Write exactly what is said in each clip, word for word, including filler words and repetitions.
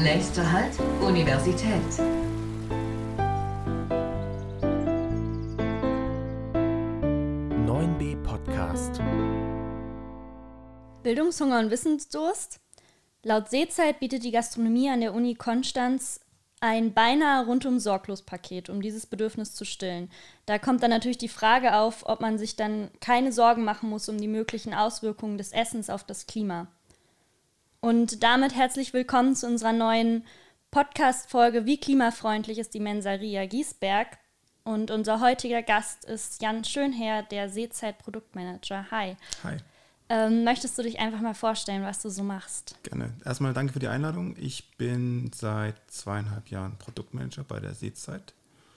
Nächster Halt, Universität. neun b Podcast. Bildungshunger und Wissensdurst? Laut Seezeit bietet die Gastronomie an der Uni Konstanz ein beinahe rundum sorglos Paket, um dieses Bedürfnis zu stillen. Da kommt dann natürlich die Frage auf, ob man sich dann keine Sorgen machen muss um die möglichen Auswirkungen des Essens auf das Klima. Und damit herzlich willkommen zu unserer neuen Podcast-Folge Wie klimafreundlich ist die Mensa Ria Giesberg? Und unser heutiger Gast ist Jan Schönherr, der Seezeit-Produktmanager. Hi. Hi. Ähm, möchtest du dich einfach mal vorstellen, was du so machst? Gerne. Erstmal danke für die Einladung. Ich bin seit zweieinhalb Jahren Produktmanager bei der Seezeit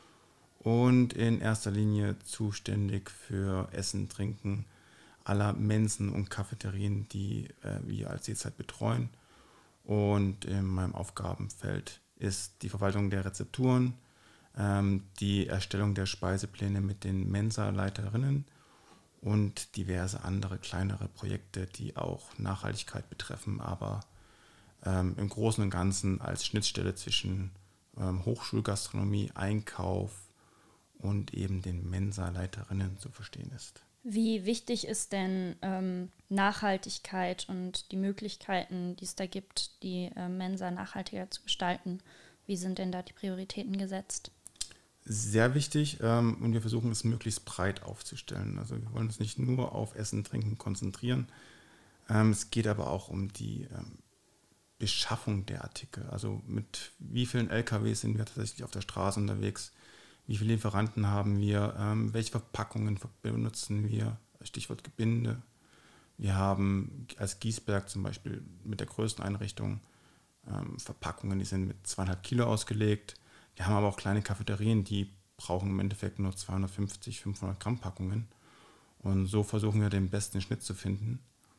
und in erster Linie zuständig für Essen, Trinken aller Mensen und Cafeterien, die äh, wir als Seezeit betreuen. Und in meinem Aufgabenfeld ist die Verwaltung der Rezepturen, ähm, die Erstellung der Speisepläne mit den Mensa-Leiterinnen und diverse andere kleinere Projekte, die auch Nachhaltigkeit betreffen, aber ähm, im Großen und Ganzen als Schnittstelle zwischen ähm, Hochschulgastronomie, Einkauf und eben den Mensa-Leiterinnen zu verstehen ist. Wie wichtig ist denn ähm, Nachhaltigkeit und die Möglichkeiten, die es da gibt, die äh, Mensa nachhaltiger zu gestalten? Wie sind denn da die Prioritäten gesetzt? Sehr wichtig ähm, und wir versuchen es möglichst breit aufzustellen. Also wir wollen uns nicht nur auf Essen, Trinken konzentrieren. Ähm, es geht aber auch um die ähm, Beschaffung der Artikel. Also mit wie vielen L K Ws sind wir tatsächlich auf der Straße unterwegs? Wie viele Lieferanten haben wir? Ähm, welche Verpackungen benutzen wir? Stichwort Gebinde. Wir haben als Giesberg zum Beispiel mit der größten Einrichtung ähm, Verpackungen, die sind mit zweieinhalb Kilo ausgelegt. Wir haben aber auch kleine Cafeterien, die brauchen im Endeffekt nur zweihundertfünfzig, fünfhundert Gramm Packungen. Und so versuchen wir den besten Schnitt zu finden.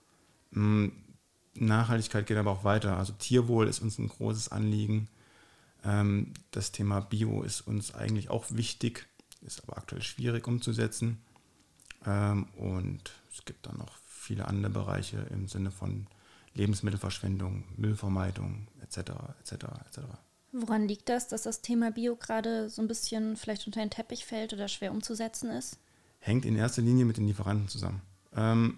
Nachhaltigkeit geht aber auch weiter. Also Tierwohl ist uns ein großes Anliegen. Das Thema Bio ist uns eigentlich auch wichtig, ist aber aktuell schwierig umzusetzen. Und es gibt dann noch viele andere Bereiche im Sinne von Lebensmittelverschwendung, Müllvermeidung et cetera et cetera et cetera. Woran liegt das, dass das Thema Bio gerade so ein bisschen vielleicht unter den Teppich fällt oder schwer umzusetzen ist? Hängt in erster Linie mit den Lieferanten zusammen. Ähm,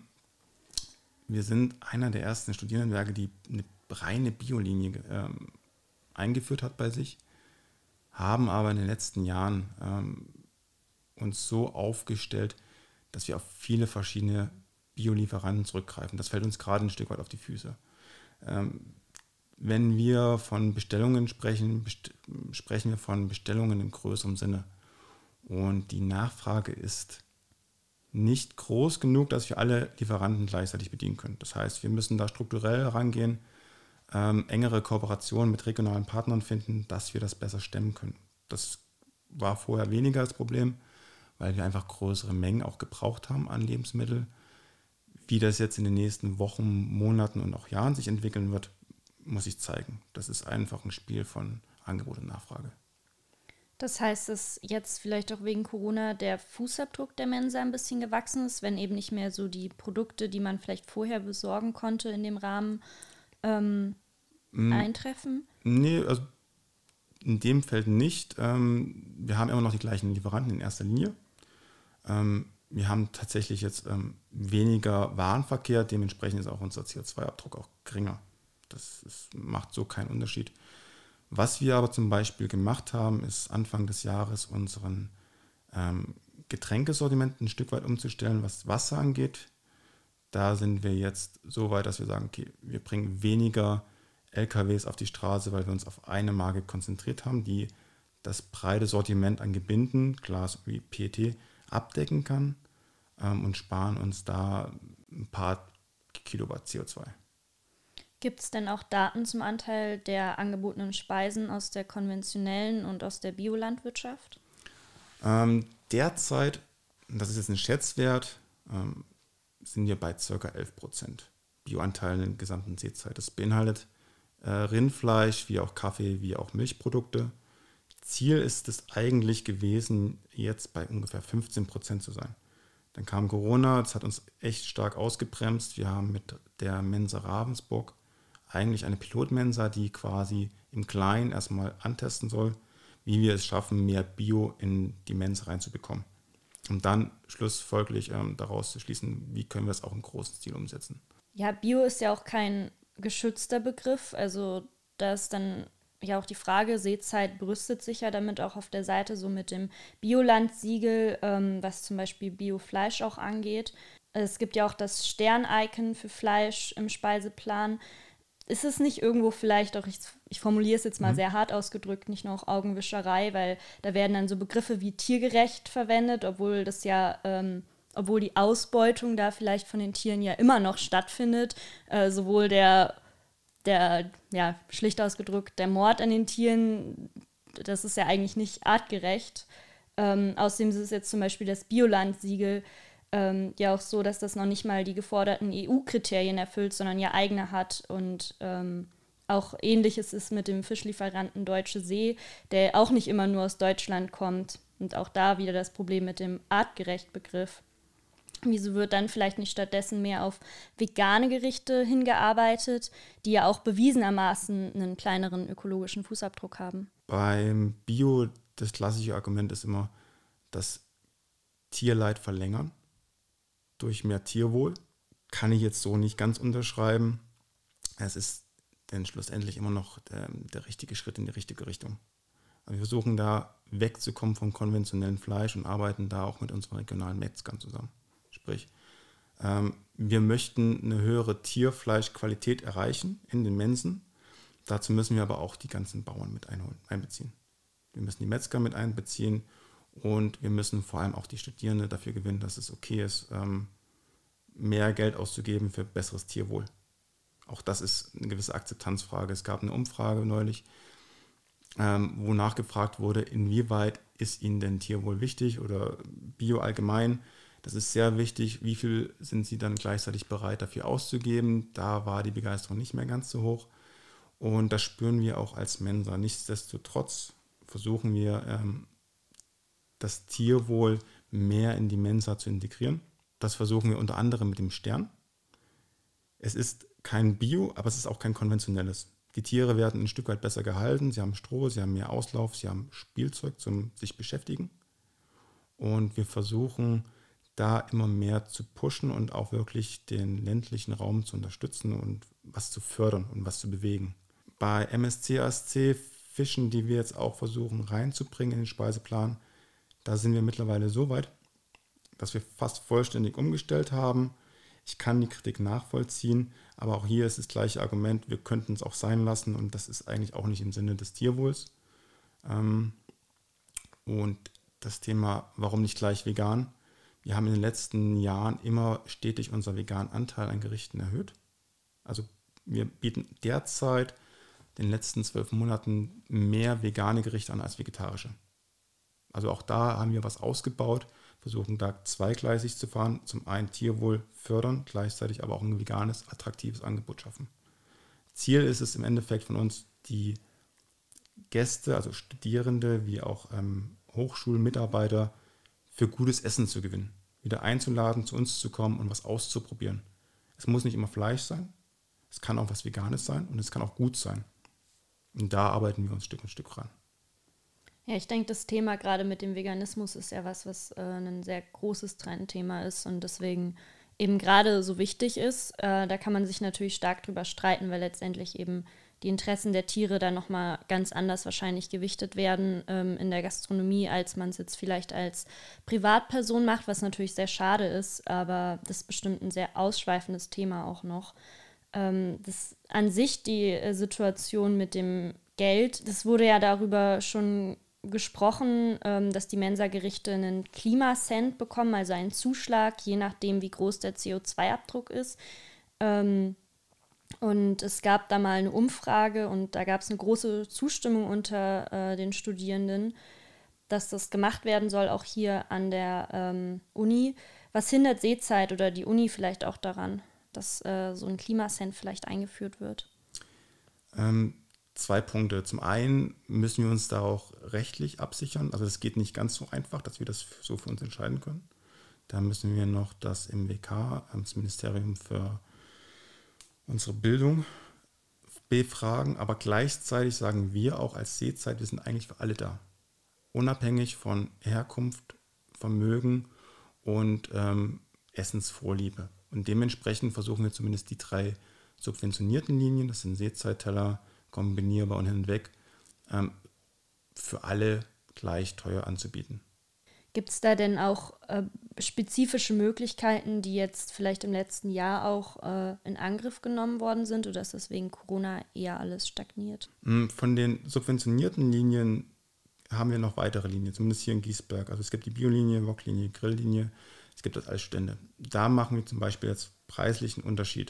wir sind einer der ersten Studierendenwerke, die eine reine Biolinie ähm, eingeführt hat bei sich, haben aber in den letzten Jahren ähm, uns so aufgestellt, dass wir auf viele verschiedene Biolieferanten zurückgreifen. Das fällt uns gerade ein Stück weit auf die Füße. Ähm, Wenn wir von Bestellungen sprechen, best- sprechen wir von Bestellungen im größeren Sinne. Und die Nachfrage ist nicht groß genug, dass wir alle Lieferanten gleichzeitig bedienen können. Das heißt, wir müssen da strukturell herangehen, ähm, engere Kooperationen mit regionalen Partnern finden, dass wir das besser stemmen können. Das war vorher weniger das Problem, weil wir einfach größere Mengen auch gebraucht haben an Lebensmitteln. Wie das jetzt in den nächsten Wochen, Monaten und auch Jahren sich entwickeln wird, muss ich zeigen. Das ist einfach ein Spiel von Angebot und Nachfrage. Das heißt, dass jetzt vielleicht auch wegen Corona der Fußabdruck der Mensa ein bisschen gewachsen ist, wenn eben nicht mehr so die Produkte, die man vielleicht vorher besorgen konnte, in dem Rahmen ähm, mm, eintreffen? Nee, also in dem Feld nicht. Ähm, wir haben immer noch die gleichen Lieferanten in erster Linie. Ähm, wir haben tatsächlich jetzt ähm, weniger Warenverkehr, dementsprechend ist auch unser C O zwei Abdruck auch geringer. Das ist, macht so keinen Unterschied. Was wir aber zum Beispiel gemacht haben, ist Anfang des Jahres unseren ähm, Getränkesortiment ein Stück weit umzustellen, was Wasser angeht. Da sind wir jetzt so weit, dass wir sagen, okay, wir bringen weniger L K Ws auf die Straße, weil wir uns auf eine Marke konzentriert haben, die das breite Sortiment an Gebinden, Glas wie P E T, abdecken kann ähm, und sparen uns da ein paar Kilowatt C O zwei. Gibt es denn auch Daten zum Anteil der angebotenen Speisen aus der konventionellen und aus der Biolandwirtschaft? Ähm, derzeit, das ist jetzt ein Schätzwert, ähm, sind wir bei ca. elf Prozent Bioanteil in der gesamten Seezeit. Das beinhaltet äh, Rindfleisch, wie auch Kaffee, wie auch Milchprodukte. Ziel ist es eigentlich gewesen, jetzt bei ungefähr fünfzehn Prozent zu sein. Dann kam Corona, das hat uns echt stark ausgebremst. Wir haben mit der Mensa Ravensburg eigentlich eine Pilotmensa, die quasi im Kleinen erstmal antesten soll, wie wir es schaffen, mehr Bio in die Mensa reinzubekommen. Um dann schlussfolglich ähm, daraus zu schließen, wie können wir es auch im großen Stil umsetzen. Ja, Bio ist ja auch kein geschützter Begriff. Also da ist dann ja auch die Frage, Seezeit brüstet sich ja damit auch auf der Seite so mit dem Bioland-Siegel, ähm, was zum Beispiel Biofleisch auch angeht. Es gibt ja auch das Stern-Icon für Fleisch im Speiseplan. Ist es nicht irgendwo vielleicht auch, ich, ich formuliere es jetzt mal mhm. sehr hart ausgedrückt, nicht nur auch Augenwischerei, weil da werden dann so Begriffe wie tiergerecht verwendet, obwohl das ja, ähm, obwohl die Ausbeutung da vielleicht von den Tieren ja immer noch stattfindet, äh, sowohl der, der, ja, schlicht ausgedrückt, der Mord an den Tieren, das ist ja eigentlich nicht artgerecht. Ähm, außerdem ist es jetzt zum Beispiel das Bioland-Siegel, Ähm, ja auch so, dass das noch nicht mal die geforderten E U-Kriterien erfüllt, sondern ja eigene hat. Und ähm, auch Ähnliches ist mit dem Fischlieferanten Deutsche See, der auch nicht immer nur aus Deutschland kommt. Und auch da wieder das Problem mit dem Artgerecht-Begriff. Wieso wird dann vielleicht nicht stattdessen mehr auf vegane Gerichte hingearbeitet, die ja auch bewiesenermaßen einen kleineren ökologischen Fußabdruck haben? Beim Bio, das klassische Argument ist immer, das Tierleid verlängern durch mehr Tierwohl. Kann ich jetzt so nicht ganz unterschreiben. Es ist denn schlussendlich immer noch der, der richtige Schritt in die richtige Richtung. Wir versuchen da wegzukommen vom konventionellen Fleisch und arbeiten da auch mit unseren regionalen Metzgern zusammen. Sprich, ähm, wir möchten eine höhere Tierfleischqualität erreichen in den Mensen. Dazu müssen wir aber auch die ganzen Bauern mit einholen, einbeziehen. Wir müssen die Metzger mit einbeziehen. Und wir müssen vor allem auch die Studierenden dafür gewinnen, dass es okay ist, ähm, mehr Geld auszugeben für besseres Tierwohl. Auch das ist eine gewisse Akzeptanzfrage. Es gab eine Umfrage neulich, ähm, wo nachgefragt wurde, inwieweit ist Ihnen denn Tierwohl wichtig oder Bio allgemein. Das ist sehr wichtig. Wie viel sind Sie dann gleichzeitig bereit dafür auszugeben? Da war die Begeisterung nicht mehr ganz so hoch. Und das spüren wir auch als Mensa. Nichtsdestotrotz versuchen wir, ähm, das Tierwohl mehr in die Mensa zu integrieren. Das versuchen wir unter anderem mit dem Stern. Es ist kein Bio, aber es ist auch kein konventionelles. Die Tiere werden ein Stück weit besser gehalten, sie haben Stroh, sie haben mehr Auslauf, sie haben Spielzeug zum sich beschäftigen. Und wir versuchen da immer mehr zu pushen und auch wirklich den ländlichen Raum zu unterstützen und was zu fördern und was zu bewegen. Bei M S C A S C Fischen, die wir jetzt auch versuchen reinzubringen in den Speiseplan, da sind wir mittlerweile so weit, dass wir fast vollständig umgestellt haben. Ich kann die Kritik nachvollziehen, aber auch hier ist das gleiche Argument, wir könnten es auch sein lassen und das ist eigentlich auch nicht im Sinne des Tierwohls. Und das Thema, warum nicht gleich vegan? Wir haben in den letzten Jahren immer stetig unseren veganen Anteil an Gerichten erhöht. Also wir bieten derzeit in den letzten zwölf Monaten mehr vegane Gerichte an als vegetarische. Also auch da haben wir was ausgebaut, versuchen da zweigleisig zu fahren. Zum einen Tierwohl fördern, gleichzeitig aber auch ein veganes, attraktives Angebot schaffen. Ziel ist es im Endeffekt von uns, die Gäste, also Studierende wie auch ähm, Hochschulmitarbeiter für gutes Essen zu gewinnen. Wieder einzuladen, zu uns zu kommen und was auszuprobieren. Es muss nicht immer Fleisch sein, es kann auch was Veganes sein und es kann auch gut sein. Und da arbeiten wir uns Stück für Stück ran. Ja, ich denke, das Thema gerade mit dem Veganismus ist ja was, was äh, ein sehr großes Trendthema ist und deswegen eben gerade so wichtig ist. Äh, da kann man sich natürlich stark drüber streiten, weil letztendlich eben die Interessen der Tiere dann nochmal ganz anders wahrscheinlich gewichtet werden ähm, in der Gastronomie, als man es jetzt vielleicht als Privatperson macht, was natürlich sehr schade ist, aber das ist bestimmt ein sehr ausschweifendes Thema auch noch. Ähm, das an sich die äh, Situation mit dem Geld, das wurde ja darüber schon gesprochen, ähm, dass die Mensa-Gerichte einen Klimacent bekommen, also einen Zuschlag, je nachdem, wie groß der C O zwei Abdruck ist. Ähm, und es gab da mal eine Umfrage und da gab es eine große Zustimmung unter äh, den Studierenden, dass das gemacht werden soll, auch hier an der ähm, Uni. Was hindert Seezeit oder die Uni vielleicht auch daran, dass äh, so ein Klimacent vielleicht eingeführt wird? Ähm, Zwei Punkte. Zum einen müssen wir uns da auch rechtlich absichern. Also es geht nicht ganz so einfach, dass wir das so für uns entscheiden können. Da müssen wir noch das M W K, das Ministerium für unsere Bildung, befragen, aber gleichzeitig sagen wir auch als Seezeit, wir sind eigentlich für alle da. Unabhängig von Herkunft, Vermögen und ähm, Essensvorliebe. Und dementsprechend versuchen wir zumindest die drei subventionierten Linien, das sind Seezeitteller, kombinierbar und hinweg, ähm, für alle gleich teuer anzubieten. Gibt es da denn auch äh, spezifische Möglichkeiten, die jetzt vielleicht im letzten Jahr auch äh, in Angriff genommen worden sind, oder ist das wegen Corona eher alles stagniert? Von den subventionierten Linien haben wir noch weitere Linien, zumindest hier in Giesberg. Also es gibt die Biolinie, Woklinie, Grilllinie, es gibt das als Stände. Da machen wir zum Beispiel jetzt preislichen Unterschied.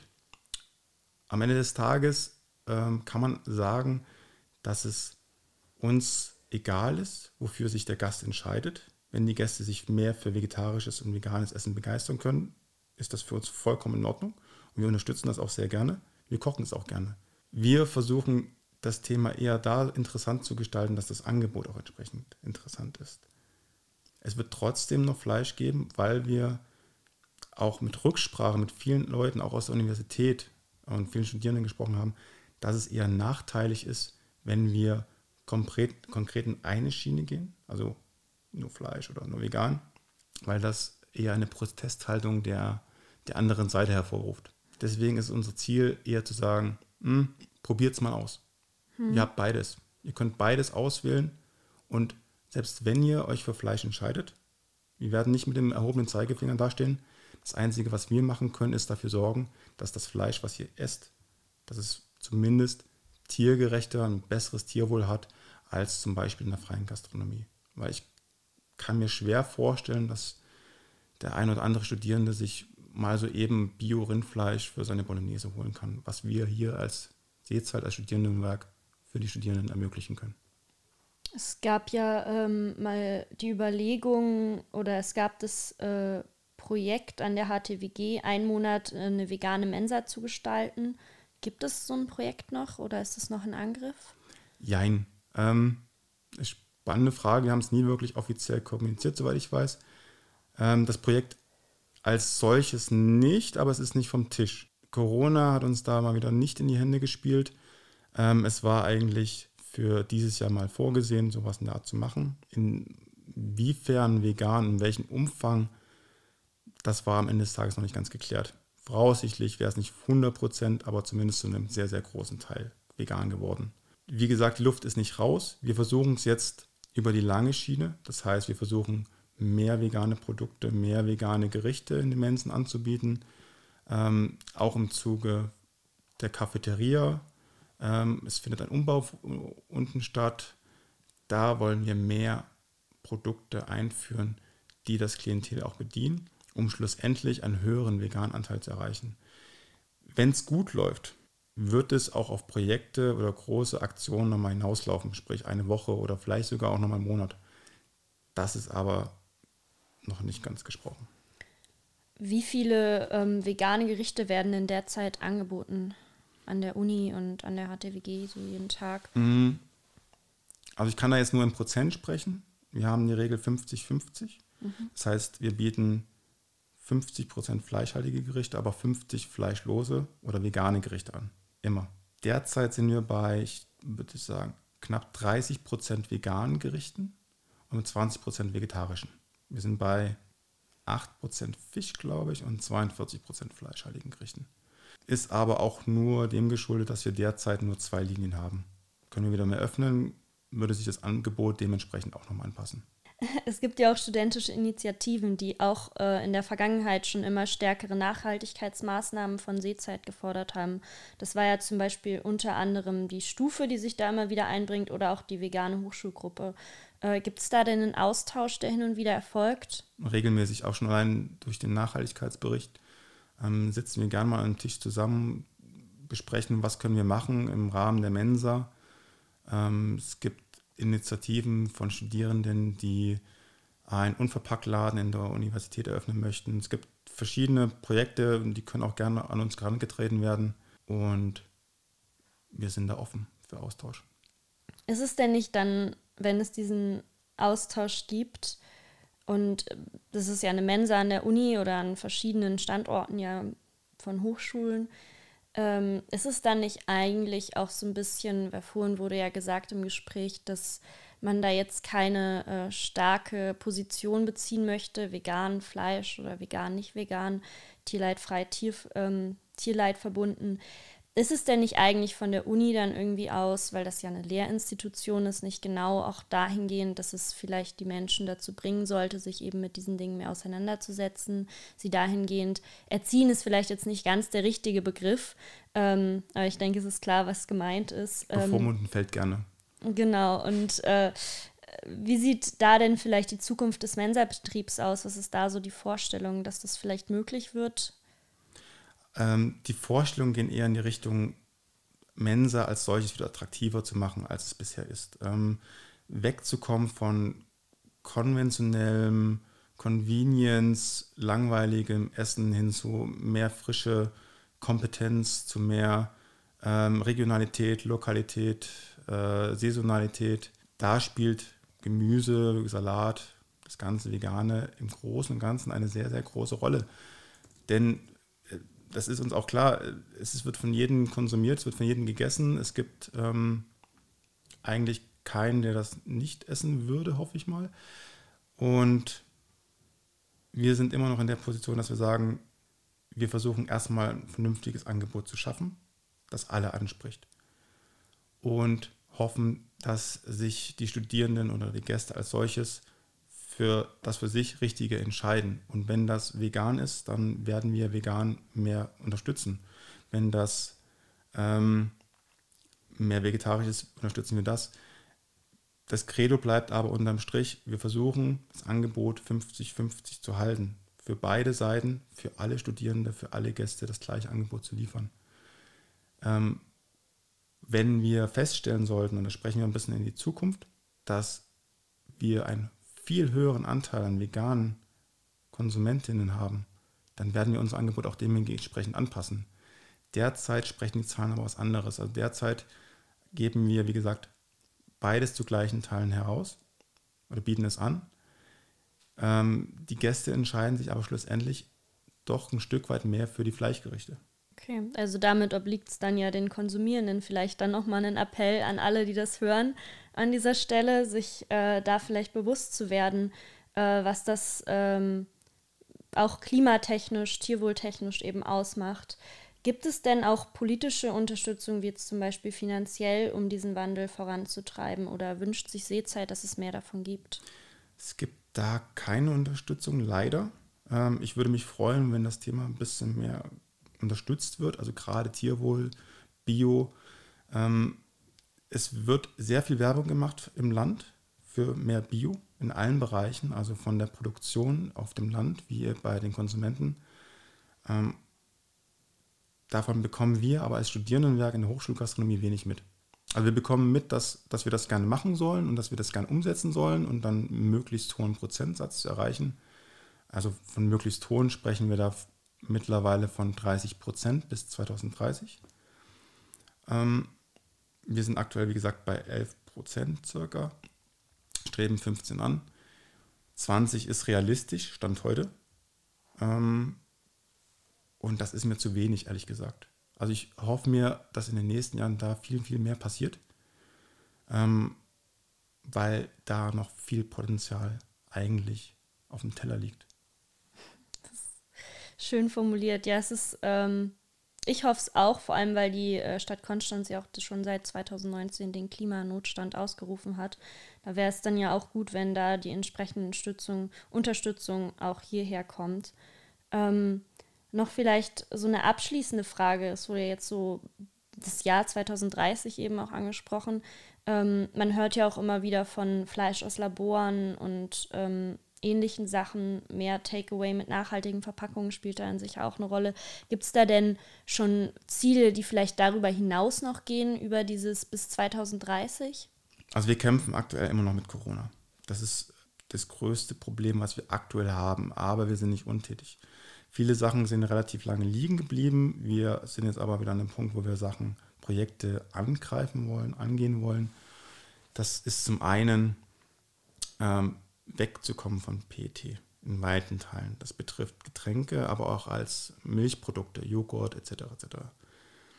Am Ende des Tages ähm, kann man sagen, dass es uns egal ist, wofür sich der Gast entscheidet. Wenn die Gäste sich mehr für vegetarisches und veganes Essen begeistern können, ist das für uns vollkommen in Ordnung. Und wir unterstützen das auch sehr gerne. Wir kochen es auch gerne. Wir versuchen, das Thema eher da interessant zu gestalten, dass das Angebot auch entsprechend interessant ist. Es wird trotzdem noch Fleisch geben, weil wir auch mit Rücksprache mit vielen Leuten, auch aus der Universität und vielen Studierenden gesprochen haben, dass es eher nachteilig ist, wenn wir konkret, konkret in eine Schiene gehen, also nur Fleisch oder nur vegan, weil das eher eine Protesthaltung der, der anderen Seite hervorruft. Deswegen ist unser Ziel eher zu sagen, probiert es mal aus. Hm. Ihr habt beides. Ihr könnt beides auswählen und selbst wenn ihr euch für Fleisch entscheidet, wir werden nicht mit dem erhobenen Zeigefinger dastehen. Das Einzige, was wir machen können, ist dafür sorgen, dass das Fleisch, was ihr esst, dass es zumindest tiergerechter, ein besseres Tierwohl hat, als zum Beispiel in der freien Gastronomie. Weil ich kann mir schwer vorstellen, dass der ein oder andere Studierende sich mal so eben Bio-Rindfleisch für seine Bolognese holen kann, was wir hier als Seezeit, als Studierendenwerk für die Studierenden ermöglichen können. Es gab ja ähm, mal die Überlegung oder es gab das äh, Projekt an der H T W G, einen Monat äh, eine vegane Mensa zu gestalten. Gibt es so ein Projekt noch oder ist es noch in Angriff? Jein. Ähm, spannende Frage. Wir haben es nie wirklich offiziell kommuniziert, soweit ich weiß. Ähm, das Projekt als solches nicht, aber es ist nicht vom Tisch. Corona hat uns da mal wieder nicht in die Hände gespielt. Ähm, es war eigentlich für dieses Jahr mal vorgesehen, sowas in der Art zu machen. Inwiefern vegan, in welchem Umfang, das war am Ende des Tages noch nicht ganz geklärt. Voraussichtlich wäre es nicht hundert Prozent, aber zumindest zu einem sehr, sehr großen Teil vegan geworden. Wie gesagt, die Luft ist nicht raus. Wir versuchen es jetzt über die lange Schiene. Das heißt, wir versuchen mehr vegane Produkte, mehr vegane Gerichte in den Mensen anzubieten. Ähm, auch im Zuge der Cafeteria. Ähm, es findet ein Umbau unten statt. Da wollen wir mehr Produkte einführen, die das Klientel auch bedienen, um schlussendlich einen höheren veganen Anteil zu erreichen. Wenn es gut läuft, wird es auch auf Projekte oder große Aktionen nochmal hinauslaufen, sprich eine Woche oder vielleicht sogar auch nochmal einen Monat. Das ist aber noch nicht ganz gesprochen. Wie viele ähm, vegane Gerichte werden in der Zeit angeboten an der Uni und an der H T W G so jeden Tag? Also ich kann da jetzt nur in Prozent sprechen. Wir haben die Regel fünfzig fünfzig. Mhm. Das heißt, wir bieten fünfzig Prozent fleischhaltige Gerichte, aber fünfzig fleischlose oder vegane Gerichte an. Immer. Derzeit sind wir bei, ich würde sagen, knapp dreißig Prozent veganen Gerichten und mit zwanzig Prozent vegetarischen. Wir sind bei acht Prozent Fisch, glaube ich, und zweiundvierzig Prozent fleischhaltigen Gerichten. Ist aber auch nur dem geschuldet, dass wir derzeit nur zwei Linien haben. Können wir wieder mehr öffnen, würde sich das Angebot dementsprechend auch nochmal anpassen. Es gibt ja auch studentische Initiativen, die auch äh, in der Vergangenheit schon immer stärkere Nachhaltigkeitsmaßnahmen von Seezeit gefordert haben. Das war ja zum Beispiel unter anderem die Stufe, die sich da immer wieder einbringt, oder auch die vegane Hochschulgruppe. Äh, gibt es da denn einen Austausch, der hin und wieder erfolgt? Regelmäßig, auch schon allein durch den Nachhaltigkeitsbericht, ähm, sitzen wir gerne mal an einem Tisch zusammen, besprechen, was können wir machen im Rahmen der Mensa. Ähm, es gibt Initiativen von Studierenden, die einen Unverpacktladen in der Universität eröffnen möchten. Es gibt verschiedene Projekte, die können auch gerne an uns herangetreten werden und wir sind da offen für Austausch. Ist es denn nicht dann, wenn es diesen Austausch gibt und das ist ja eine Mensa an der Uni oder an verschiedenen Standorten ja von Hochschulen, Ähm, ist es dann nicht eigentlich auch so ein bisschen, weil vorhin wurde ja gesagt im Gespräch, dass man da jetzt keine äh, starke Position beziehen möchte, vegan Fleisch oder vegan, nicht vegan, tierleidfrei, Tier, ähm, Tierleid verbunden. Ist es denn nicht eigentlich von der Uni dann irgendwie aus, weil das ja eine Lehrinstitution ist, nicht genau auch dahingehend, dass es vielleicht die Menschen dazu bringen sollte, sich eben mit diesen Dingen mehr auseinanderzusetzen, sie dahingehend erziehen ist vielleicht jetzt nicht ganz der richtige Begriff, ähm, aber ich denke, es ist klar, was gemeint ist. Ähm, Bevormunden fällt gerne. Genau, und äh, wie sieht da denn vielleicht die Zukunft des Mensa-Betriebs aus? Was ist da so die Vorstellung, dass das vielleicht möglich wird? Ähm, die Vorstellungen gehen eher in die Richtung, Mensa als solches wieder attraktiver zu machen, als es bisher ist. Ähm, wegzukommen von konventionellem Convenience, langweiligem Essen hin zu mehr frische Kompetenz, zu mehr ähm, Regionalität, Lokalität, äh, Saisonalität. Da spielt Gemüse, Salat, das ganze Vegane im Großen und Ganzen eine sehr, sehr große Rolle. Denn äh, das ist uns auch klar, es wird von jedem konsumiert, es wird von jedem gegessen. Es gibt ähm, eigentlich keinen, der das nicht essen würde, hoffe ich mal. Und wir sind immer noch in der Position, dass wir sagen, wir versuchen erstmal ein vernünftiges Angebot zu schaffen, das alle anspricht. Und hoffen, dass sich die Studierenden oder die Gäste als solches für das für sich Richtige entscheiden. Und wenn das vegan ist, dann werden wir vegan mehr unterstützen. Wenn das ähm, mehr vegetarisch ist, unterstützen wir das. Das Credo bleibt aber unterm Strich, wir versuchen das Angebot fünfzig fünfzig zu halten. Für beide Seiten, für alle Studierende, für alle Gäste das gleiche Angebot zu liefern. Ähm, wenn wir feststellen sollten, und da sprechen wir ein bisschen in die Zukunft, dass wir einen viel höheren Anteil an veganen Konsumentinnen haben, dann werden wir unser Angebot auch dementsprechend anpassen. Derzeit sprechen die Zahlen aber was anderes. Also derzeit geben wir, wie gesagt, beides zu gleichen Teilen heraus oder bieten es an. Ähm, die Gäste entscheiden sich aber schlussendlich doch ein Stück weit mehr für die Fleischgerichte. Okay, also damit obliegt es dann ja den Konsumierenden. Vielleicht dann nochmal einen Appell an alle, die das hören, an dieser Stelle, sich äh, da vielleicht bewusst zu werden, äh, was das ähm, auch klimatechnisch, tierwohltechnisch eben ausmacht. Gibt es denn auch politische Unterstützung, wie jetzt zum Beispiel finanziell, um diesen Wandel voranzutreiben? Oder wünscht sich Seezeit, dass es mehr davon gibt? Es gibt da keine Unterstützung, leider. Ähm, ich würde mich freuen, wenn das Thema ein bisschen mehr unterstützt wird, also gerade Tierwohl, Bio. Ähm, es wird sehr viel Werbung gemacht im Land für mehr Bio in allen Bereichen, also von der Produktion auf dem Land wie bei den Konsumenten. Ähm, davon bekommen wir aber als Studierendenwerk in der Hochschulgastronomie wenig mit. Also wir bekommen mit, dass, dass wir das gerne machen sollen und dass wir das gerne umsetzen sollen und dann einen möglichst hohen Prozentsatz zu erreichen. Also von möglichst hohen sprechen wir da mittlerweile von dreißig Prozent bis zweitausenddreißig. Ähm, wir sind aktuell, wie gesagt, bei elf Prozent circa, streben fünfzehn an. zwanzig ist realistisch, Stand heute. Ähm, und das ist mir zu wenig, ehrlich gesagt. Also ich hoffe mir, dass in den nächsten Jahren da viel, viel mehr passiert, ähm, weil da noch viel Potenzial eigentlich auf dem Teller liegt. Schön formuliert. Ja, es ist, ähm, ich hoffe es auch, vor allem, weil die äh, Stadt Konstanz ja auch schon seit zweitausendneunzehn den Klimanotstand ausgerufen hat. Da wäre es dann ja auch gut, wenn da die entsprechende Unterstützung, Unterstützung auch hierher kommt. Ähm, noch vielleicht so eine abschließende Frage. Es wurde jetzt so das Jahr zweitausenddreißig eben auch angesprochen. Ähm, man hört ja auch immer wieder von Fleisch aus Laboren und ähm, ähnlichen Sachen, mehr Takeaway mit nachhaltigen Verpackungen spielt da an sich auch eine Rolle. Gibt es da denn schon Ziele, die vielleicht darüber hinaus noch gehen, über dieses bis zweitausenddreißig? Also wir kämpfen aktuell immer noch mit Corona. Das ist das größte Problem, was wir aktuell haben, aber wir sind nicht untätig. Viele Sachen sind relativ lange liegen geblieben. Wir sind jetzt aber wieder an dem Punkt, wo wir Sachen, Projekte angreifen wollen, angehen wollen. Das ist zum einen ähm, wegzukommen von P E T in weiten Teilen. Das betrifft Getränke, aber auch als Milchprodukte, Joghurt et cetera et cetera.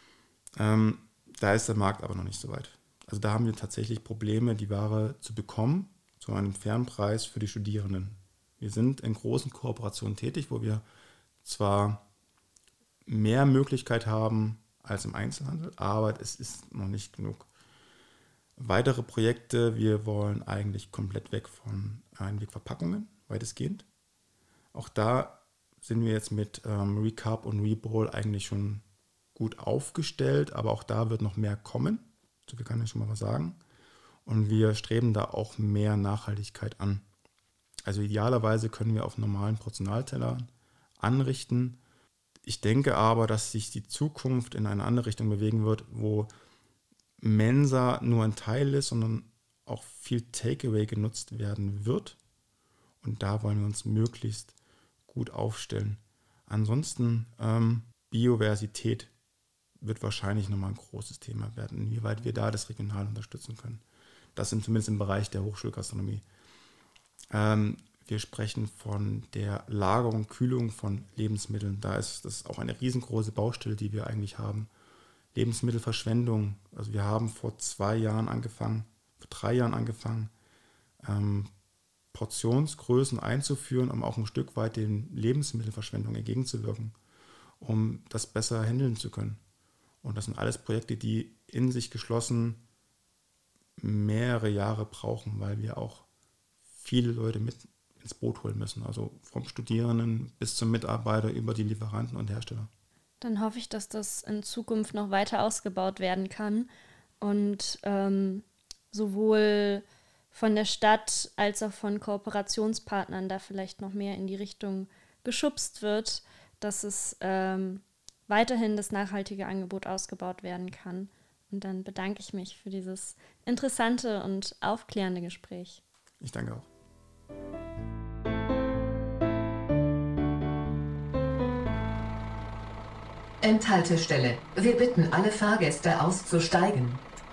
Ähm, da ist der Markt aber noch nicht so weit. Also da haben wir tatsächlich Probleme, die Ware zu bekommen, zu einem fairen Preis für die Studierenden. Wir sind in großen Kooperationen tätig, wo wir zwar mehr Möglichkeit haben als im Einzelhandel, aber es ist noch nicht genug. Weitere Projekte, wir wollen eigentlich komplett weg von Einwegverpackungen, weitestgehend. Auch da sind wir jetzt mit ähm, Recup und Rebowl eigentlich schon gut aufgestellt, aber auch da wird noch mehr kommen. So viel kann ich schon mal was sagen. Und wir streben da auch mehr Nachhaltigkeit an. Also idealerweise können wir auf normalen Portionaltellern anrichten. Ich denke aber, dass sich die Zukunft in eine andere Richtung bewegen wird, wo Mensa nur ein Teil ist, sondern auch viel Takeaway genutzt werden wird. Und da wollen wir uns möglichst gut aufstellen. Ansonsten ähm, Biodiversität wird wahrscheinlich nochmal ein großes Thema werden, inwieweit wir da das regional unterstützen können. Das sind zumindest im Bereich der Hochschulgastronomie. Ähm, wir sprechen von der Lagerung und Kühlung von Lebensmitteln. Da ist das auch eine riesengroße Baustelle, die wir eigentlich haben. Lebensmittelverschwendung. Also wir haben vor zwei Jahren angefangen, vor drei Jahren angefangen, ähm, Portionsgrößen einzuführen, um auch ein Stück weit den Lebensmittelverschwendung entgegenzuwirken, um das besser handeln zu können. Und das sind alles Projekte, die in sich geschlossen mehrere Jahre brauchen, weil wir auch viele Leute mit ins Boot holen müssen. Also vom Studierenden bis zum Mitarbeiter über die Lieferanten und Hersteller. Dann hoffe ich, dass das in Zukunft noch weiter ausgebaut werden kann und ähm, sowohl von der Stadt als auch von Kooperationspartnern da vielleicht noch mehr in die Richtung geschubst wird, dass es ähm, weiterhin das nachhaltige Angebot ausgebaut werden kann. Und dann bedanke ich mich für dieses interessante und aufklärende Gespräch. Ich danke auch. Endhaltestelle. Wir bitten alle Fahrgäste auszusteigen.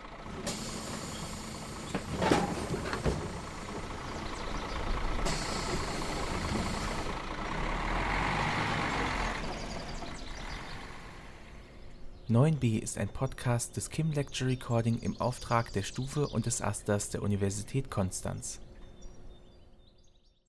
neun b ist ein Podcast des Kim Lecture Recording im Auftrag der Stufe und des Asters der Universität Konstanz.